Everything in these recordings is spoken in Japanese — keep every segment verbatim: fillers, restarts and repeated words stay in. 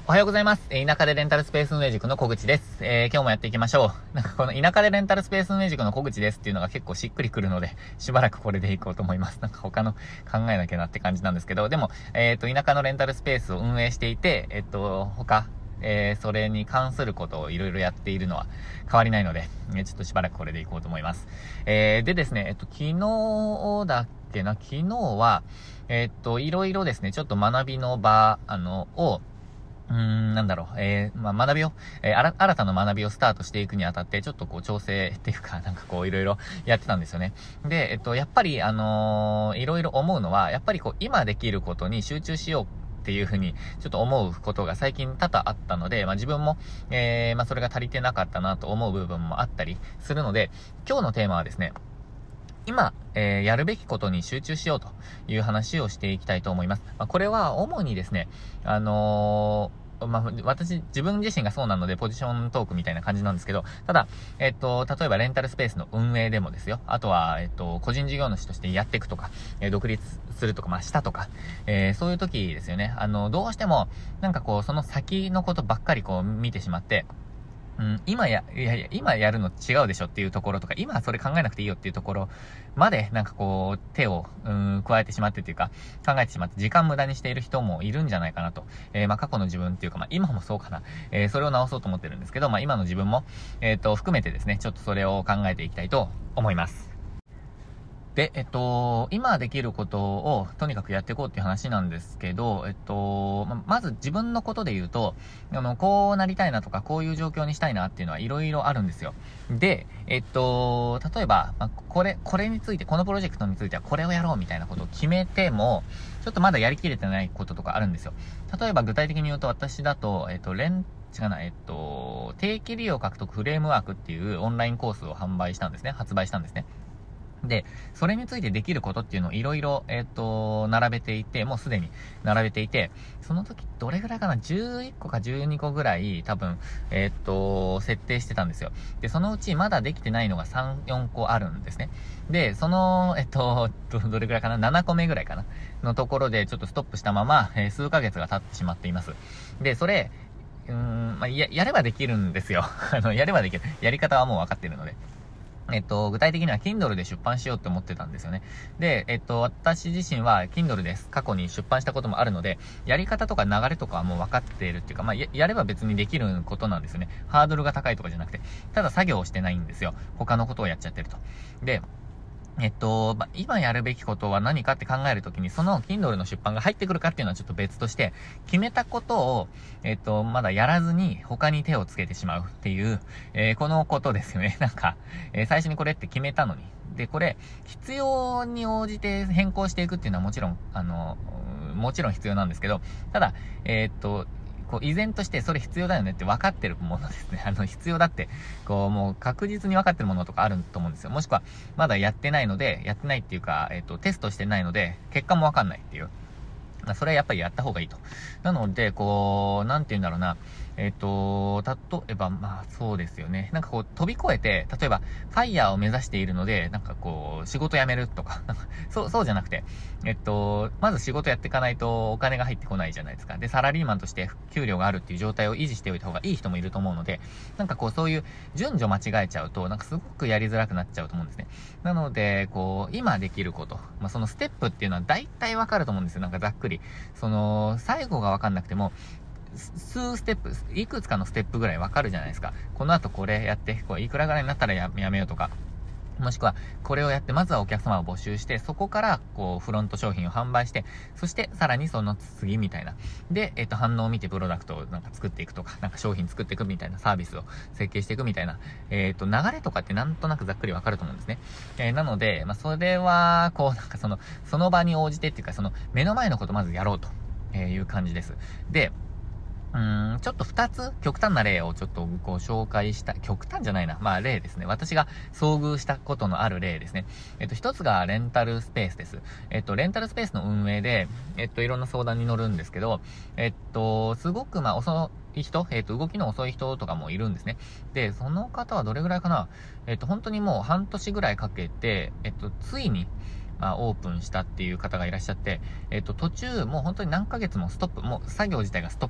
おはようございます。田舎でレンタルスペース運営塾の小口です。えー、今日もやっていきましょう。なんかこの田舎でレンタルスペース運営塾の小口ですっていうのが結構しっくりくるので、しばらくこれでいこうと思います。なんか他の考えなきゃなって感じなんですけど、でも、えっと、田舎のレンタルスペースを運営していて、えっと、他、えー、それに関することをいろいろやっているのは変わりないので、えー、ちょっとしばらくこれでいこうと思います。えー、でですね、えっと、昨日だっけな、昨日は、えっと、いろいろですね、ちょっと学びの場、あの、を、うーん、なんだろう、えー、まあ、学びを、えー、新たな学びをスタートしていくにあたって、ちょっとこう、調整っていうか、なんかこう、いろいろやってたんですよね。で、えっと、やっぱり、あのー、いろいろ思うのは、やっぱりこう、今できることに集中しようっていうふうに、ちょっと思うことが最近多々あったので、まあ、自分も、えー、まあ、それが足りてなかったなと思う部分もあったりするので、今日のテーマはですね、今、えー、やるべきことに集中しようという話をしていきたいと思います。まあ、これは主にですね、あのー、まあ、私、自分自身がそうなので、ポジショントークみたいな感じなんですけど、ただ、えっと、例えばレンタルスペースの運営でもですよ、あとは、えっと、個人事業主としてやっていくとか、えー、独立するとか、まあ、したとか、えー、そういう時ですよね。あの、どうしても、なんかこう、その先のことばっかりこう、見てしまって、うん、今や、いやいや、今やるの違うでしょっていうところとか、今それ考えなくていいよっていうところまで、なんかこう、手を、うん、加えてしまってっていうか、考えてしまって、時間無駄にしている人もいるんじゃないかなと。えー、まあ、過去の自分っていうか、まあ、今もそうかな。えー、それを直そうと思ってるんですけど、まあ、今の自分も、えっと、含めてですね、ちょっとそれを考えていきたいと思います。で、えっと、今できることをとにかくやっていこうっていう話なんですけど、えっと、ま、まず自分のことで言うと、あの、こうなりたいなとか、こういう状況にしたいなっていうのはいろいろあるんですよ。で、えっと、例えば、ま、これ、これについて、このプロジェクトについてはこれをやろうみたいなことを決めても、ちょっとまだやりきれてないこととかあるんですよ。例えば具体的に言うと、私だと、えっと、レン違うな、えっと、定期利用獲得フレームワークっていうオンラインコースを販売したんですね。発売したんですね。で、それについてできることっていうのをいろいろ、えっと、並べていて、もうすでに並べていて、その時どれぐらいかな ?じゅういっこかじゅうにこぐらい多分、えっと、設定してたんですよ。で、そのうちまだできてないのがさん、よんこあるんですね。で、その、えっと、ど、どれぐらいかな ?ななこめぐらいかなのところでちょっとストップしたまま、えー、数ヶ月が経ってしまっています。で、それ、うーん、まあ、や、やればできるんですよ。あの、やればできる。やり方はもう分かってるので。えっと、具体的には Kindle で出版しようって思ってたんですよね。で、えっと、私自身は Kindle です。過去に出版したこともあるので、やり方とか流れとかはもう分かっているっていうか、まあ、や、やれば別にできることなんですよね。ハードルが高いとかじゃなくて、ただ作業をしてないんですよ。他のことをやっちゃってると。で、えっと、ま、今やるべきことは何かって考えるときに、その Kindle の出版が入ってくるかっていうのはちょっと別として、決めたことを、えっと、まだやらずに他に手をつけてしまうっていう、えー、このことですよね。なんか、えー、最初にこれって決めたのに。で、これ、必要に応じて変更していくっていうのはもちろん、あの、もちろん必要なんですけど、ただ、えー、っと、こう、依然としてそれ必要だよねって分かってるものですね。あの、必要だって、こう、もう確実に分かってるものとかあると思うんですよ。もしくは、まだやってないので、やってないっていうか、えっと、テストしてないので、結果も分かんないっていう。まあ、それはやっぱりやった方がいいと。なので、こう、なんて言うんだろうな。えっと、例えば、まあ、そうですよね。なんかこう、飛び越えて、例えば、ファイヤーを目指しているので、なんかこう、仕事辞めるとか、なんかそう、そうじゃなくて、えっと、まず仕事やっていかないとお金が入ってこないじゃないですか。で、サラリーマンとして給料があるっていう状態を維持しておいた方がいい人もいると思うので、なんかこう、そういう順序間違えちゃうと、なんかすごくやりづらくなっちゃうと思うんですね。なので、こう、今できること、まあ、そのステップっていうのは大体わかると思うんですよ。なんかざっくり。その、最後がわかんなくても、数ステップ、いくつかのステップぐらいわかるじゃないですか。この後これやって、こういくらぐらいになったら や, やめようとか。もしくは、これをやって、まずはお客様を募集して、そこから、こう、フロント商品を販売して、そして、さらにその次みたいな。で、えっと、反応を見て、プロダクトをなんか作っていくとか、なんか商品作っていくみたいな、サービスを設計していくみたいな、えっと、流れとかってなんとなくざっくりわかると思うんですね。えー、なので、まあ、それは、こう、なんかその、その場に応じてっていうか、その、目の前のことをまずやろうという感じです。で、うーん、ちょっと二つ極端な例をちょっとご紹介した、極端じゃないな。まあ例ですね。私が遭遇したことのある例ですね。えっと、一つがレンタルスペースです。えっと、レンタルスペースの運営で、えっと、いろんな相談に乗るんですけど、えっと、すごくまあ遅い人、えっと、動きの遅い人とかもいるんですね。で、その方はどれぐらいかな。えっと、本当にもう半年ぐらいかけて、えっと、ついに、まあ、オープンしたっていう方がいらっしゃって、えっと、途中、もう本当に何ヶ月もストップ、もう作業自体がストップ。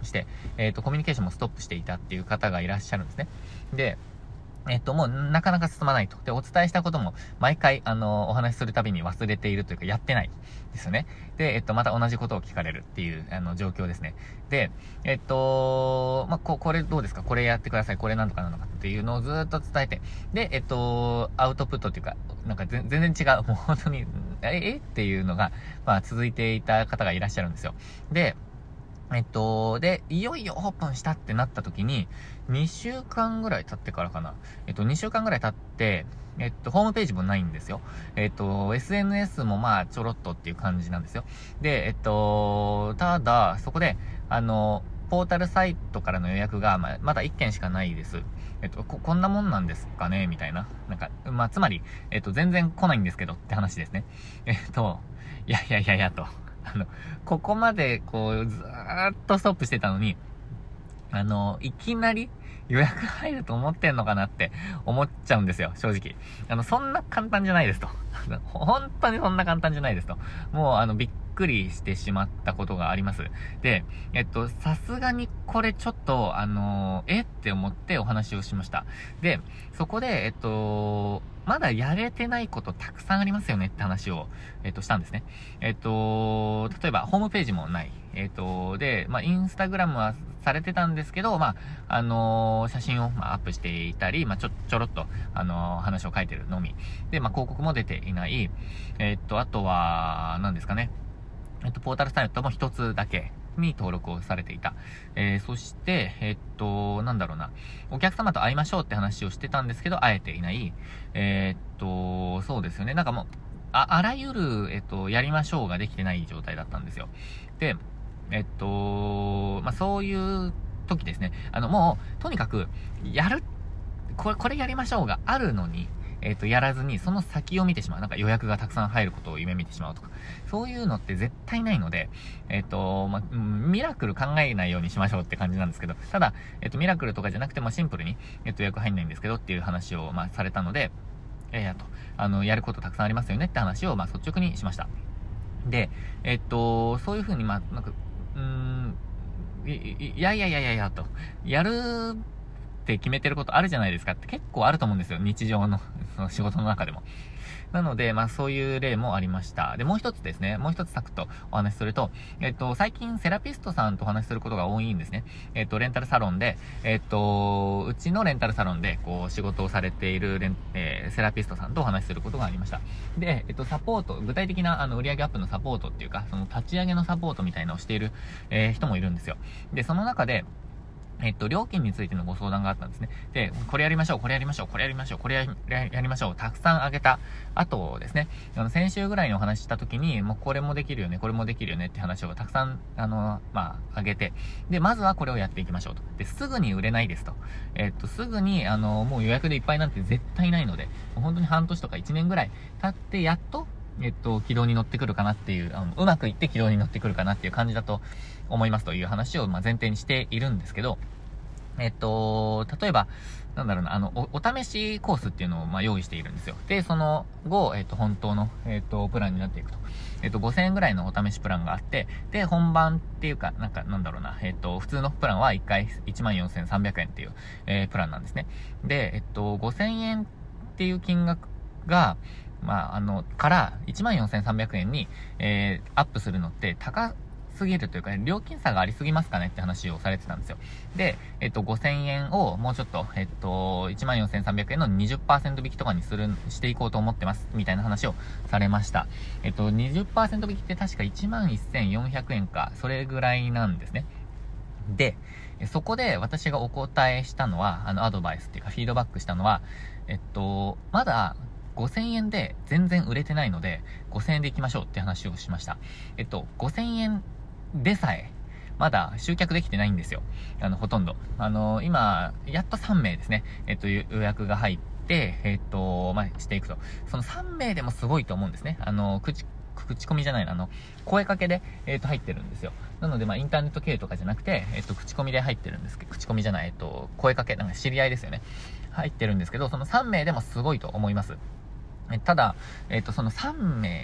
して、えっと、コミュニケーションもストップしていたっていう方がいらっしゃるんですね。で、えっと、もうなかなか進まないと。で、お伝えしたことも毎回、あの、お話しするたびに忘れているというか、やってないですよね。で、えっと、また同じことを聞かれるっていう、あの、状況ですね。で、えっと、まあ、こ、これどうですか？これやってください。これなんとかなのかっていうのをずっと伝えて、で、えっと、アウトプットっていうか、なんか全然違う、もう本当に、え、えっていうのが、まあ、続いていた方がいらっしゃるんですよ。で、えっと、で、いよいよオープンしたってなった時に、にしゅうかんぐらい経ってからかな。えっと、にしゅうかんぐらい経って、えっと、ホームページもないんですよ。えっと、エスエヌエス もまあ、ちょろっとっていう感じなんですよ。で、えっと、ただ、そこで、あの、ポータルサイトからの予約が、まあ、まだいっけんしかないです。えっと、こ、こんなもんなんですかねみたいな。なんか、まあ、つまり、えっと、全然来ないんですけどって話ですね。えっと、いやいやいやいやと。あの、ここまで、こう、ずーっとストップしてたのに、あの、いきなり予約入ると思ってんのかなって思っちゃうんですよ、正直。あの、そんな簡単じゃないですと。本当にそんな簡単じゃないですと。もう、あの、びっくりしてしまったことがあります。で、えっと、さすがにこれちょっと、あの、えって思ってお話をしました。で、そこで、えっと、まだやれてないことたくさんありますよねって話を、えっと、したんですね。えっと、例えば、ホームページもない。えっと、で、まあ、インスタグラムはされてたんですけど、まあ、あのー、写真を、まあ、アップしていたり、まあ、ちょ、ちょろっと、あのー、話を書いてるのみ。で、まあ、広告も出ていない。えっと、あとは、何ですかね。えっと、ポータルサイトも一つだけに登録をされていた。えー、そして、えっと、なんだろうな。お客様と会いましょうって話をしてたんですけど、会えていない。えー、っと、そうですよね。なんかもう、あ、あらゆる、えっと、やりましょうができてない状態だったんですよ。で、えっと、まあ、そういう時ですね。あの、もう、とにかく、やる、これ、これやりましょうがあるのに、えっと、やらずに、その先を見てしまう。なんか予約がたくさん入ることを夢見てしまうとか。そういうのって絶対ないので、えっと、まあ、ミラクル考えないようにしましょうって感じなんですけど、ただ、えっと、ミラクルとかじゃなくてもシンプルに、えっと、予約入んないんですけどっていう話を、まあ、されたので、いやいやと、あの、やることたくさんありますよねって話を、まあ、率直にしました。で、えっと、そういうふうに、まあ、なんか、うーん、い、いやいやいやいやいやと、やるって決めてることあるじゃないですかって結構あると思うんですよ。日常の、その仕事の中でも。なので、まあそういう例もありました。で、もう一つですね、もう一つサクッとお話しすると、えっと、最近セラピストさんとお話しすることが多いんですね。えっと、レンタルサロンで、えっと、うちのレンタルサロンで、こう、仕事をされているレン、えー、セラピストさんとお話しすることがありました。で、えっと、サポート、具体的な、あの、売上アップのサポートっていうか、その立ち上げのサポートみたいなのをしている、えー、人もいるんですよ。で、その中で、えっと、料金についてのご相談があったんですね。で、これやりましょう、これやりましょう、これやりましょう、これやややりましょう、たくさんあげた後ですね、あの、先週ぐらいにお話しした時に、もうこれもできるよね、これもできるよねって話をたくさん、あの、まあ、あげて、で、まずはこれをやっていきましょうと。で、すぐに売れないですと。えっと、すぐに、あの、もう予約でいっぱいなんて絶対ないので、もう本当に半年とかいちねんぐらい経って、やっと、えっと、軌道に乗ってくるかなっていう、あの、うまくいって軌道に乗ってくるかなっていう感じだと思いますという話を、まあ、前提にしているんですけど、えっと、例えば、なんだろうな、あの、お、お試しコースっていうのを、まあ、用意しているんですよ。で、その後、えっと、本当の、えっと、プランになっていくと。えっと、ごせんえんぐらいのお試しプランがあって、で、本番っていうか、なんか、なんだろうな、えっと、普通のプランはいっかいいちまんよんせんさんびゃくえんっていう、えー、プランなんですね。で、えっと、ごせんえんっていう金額が、まあ、あの、からいちまんよんせんさんびゃくえんに、えー、アップするのって高すぎるというか、料金差がありすぎますかねって話をされてたんですよ。で、えっと、ごせんえんをもうちょっと、えっと、いちまんよんせんさんびゃくえんの にじゅっパーセント 引きとかにする、していこうと思ってます。みたいな話をされました。えっと、にじゅっパーセント 引きって確かいちまんせんよんひゃくえんか、それぐらいなんですね。で、そこで私がお答えしたのは、あの、アドバイスっていうか、フィードバックしたのは、えっと、まだ、ごせんえんで全然売れてないので、ごせんえんで行きましょうって話をしました。えっと、ごせんえんでさえ、まだ集客できてないんですよ。あの、ほとんど。あの、今、やっとさんめいですね。えっと、予約が入って、えっと、まあ、していくと。そのさんめいでもすごいと思うんですね。あの、口、口コミじゃないの、あの、声かけで、えっと、入ってるんですよ。なので、まあ、インターネット経由とかじゃなくて、えっと、口コミで入ってるんですけど、口コミじゃない、えっと、声かけ、なんか知り合いですよね。入ってるんですけど、そのさんめいでもすごいと思います。えただ、えっと、そのさんめい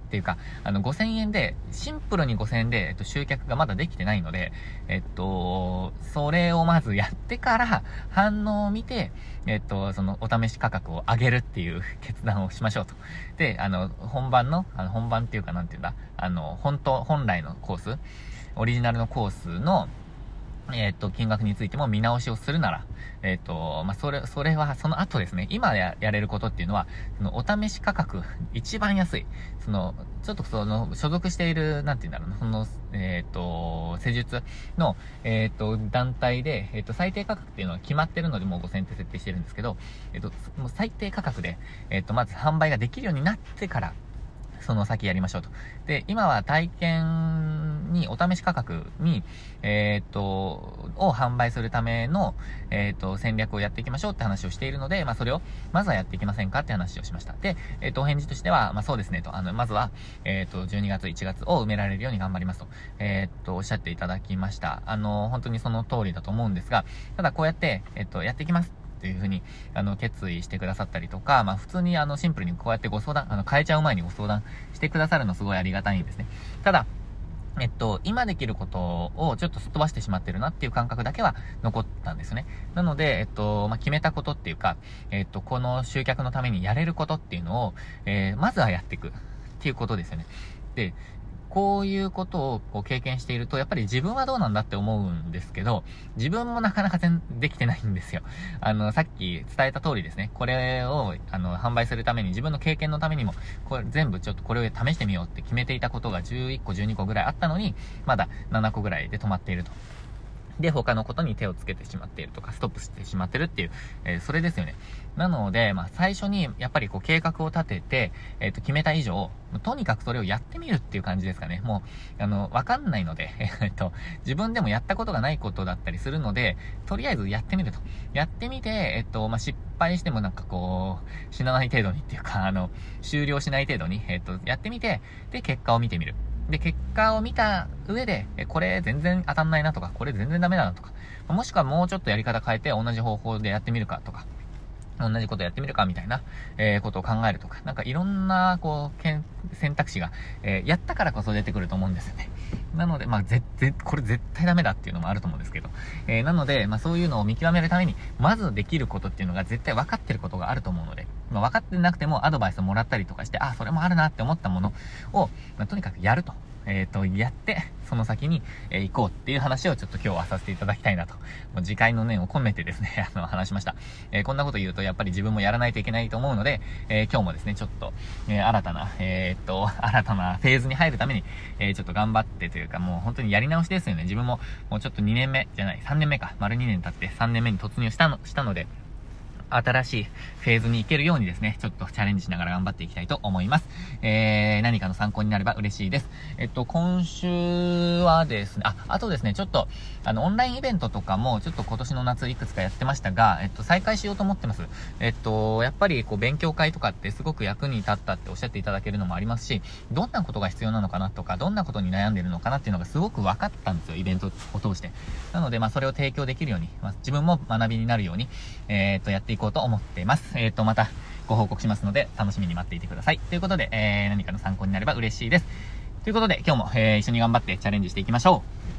っていうか、あの、ごせんえんで、シンプルにごせんえんで、えっと、集客がまだできてないので、えっと、それをまずやってから、反応を見て、えっと、その、お試し価格を上げるっていう決断をしましょうと。で、あの、本番の、あの、本番っていうか、なんていうんだ、あの、本当、本来のコース、オリジナルのコースの、えっと、金額についても見直しをするなら、えっと、まあ、それ、それはその後ですね、今や、やれることっていうのは、その、お試し価格、一番安い、その、ちょっとその、所属している、なんて言うんだろうな、その、えっと、施術の、えっと、団体で、えっと、最低価格っていうのは決まってるので、もうごせんえんって設定してるんですけど、えっと、もう最低価格で、えっと、まず販売ができるようになってから、その先やりましょうと。で、今は体験に、お試し価格に、えっと、を販売するための、えっと、戦略をやっていきましょうって話をしているので、まあ、それを、まずはやっていきませんかって話をしました。で、えっと、お返事としては、まあ、そうですねと、あの、まずは、えっと、じゅうにがつ、いちがつを埋められるように頑張りますと、えっと、おっしゃっていただきました。あの、本当にその通りだと思うんですが、ただこうやって、えっと、やっていきます。っていうふうに、あの、決意してくださったりとか、まあ、普通にあの、シンプルにこうやってご相談、あの、変えちゃう前にご相談してくださるのすごいありがたいんですね。ただ、えっと、今できることをちょっとすっ飛ばしてしまってるなっていう感覚だけは残ったんですね。なので、えっと、まあ、決めたことっていうか、えっと、この集客のためにやれることっていうのを、えー、まずはやっていくっていうことですよね。で、こういうことをこう経験していると、やっぱり自分はどうなんだって思うんですけど、自分もなかなか全できてないんですよ。あの、さっき伝えた通りですね、これを、あの、販売するために、自分の経験のためにも、これ全部ちょっとこれを試してみようって決めていたことがじゅういっこ、じゅうにこぐらいあったのに、まだななこぐらいで止まっていると。で、他のことに手をつけてしまっているとか、ストップしてしまってるっていう、えー、それですよね。なので、まあ、最初に、やっぱりこう、計画を立てて、えっと、決めた以上、とにかくそれをやってみるっていう感じですかね。もう、あの、わかんないので、えっと、自分でもやったことがないことだったりするので、とりあえずやってみると。やってみて、えっと、まあ、失敗してもなんかこう、死なない程度にっていうか、あの、終了しない程度に、えっと、やってみて、で、結果を見てみる。で、結果を見た上で、え、これ全然当たんないなとか、これ全然ダメだなとか、もしくはもうちょっとやり方変えて同じ方法でやってみるかとか、同じことやってみるかみたいな、えー、ことを考えるとか、なんかいろんな、こう、けん選択肢が、えー、やったからこそ出てくると思うんですよね。なので、まあ、ぜ、ぜ、これ絶対ダメだっていうのもあると思うんですけど、えー、なので、まあ、そういうのを見極めるために、まずできることっていうのが絶対分かってることがあると思うので、まあ、分かってなくてもアドバイスをもらったりとかして、あ、それもあるなって思ったものを、まあ、とにかくやると。えっと、やって、その先に、えー、行こうっていう話をちょっと今日はさせていただきたいなと。もう次回の念を込めてですね、あの、話しました。えー、こんなこと言うとやっぱり自分もやらないといけないと思うので、えー、今日もですね、ちょっと、えー、新たな、えー、っと、新たなフェーズに入るために、えー、ちょっと頑張ってというか、もう本当にやり直しですよね。自分も、もうちょっとにねんめじゃない、さんねんめか。丸にねん経ってさんねんめに突入したの、したので、新しいフェーズに行けるようにですね、ちょっとチャレンジしながら頑張っていきたいと思います。えー、何かの参考になれば嬉しいです。えっと、今週はですね、あ、あとですね、ちょっと、あの、オンラインイベントとかも、ちょっと今年の夏いくつかやってましたが、えっと、再開しようと思ってます。えっと、やっぱり、こう、勉強会とかってすごく役に立ったっておっしゃっていただけるのもありますし、どんなことが必要なのかなとか、どんなことに悩んでるのかなっていうのがすごく分かったんですよ、イベントを通して。なので、まあ、それを提供できるように、まあ、自分も学びになるように、えー、っと、やっていこうと思っています。えー、っと、またご報告しますので、楽しみに待っていてください。ということで、えー、何かの参考になれば嬉しいです。ということで、今日も、えー、一緒に頑張ってチャレンジしていきましょう。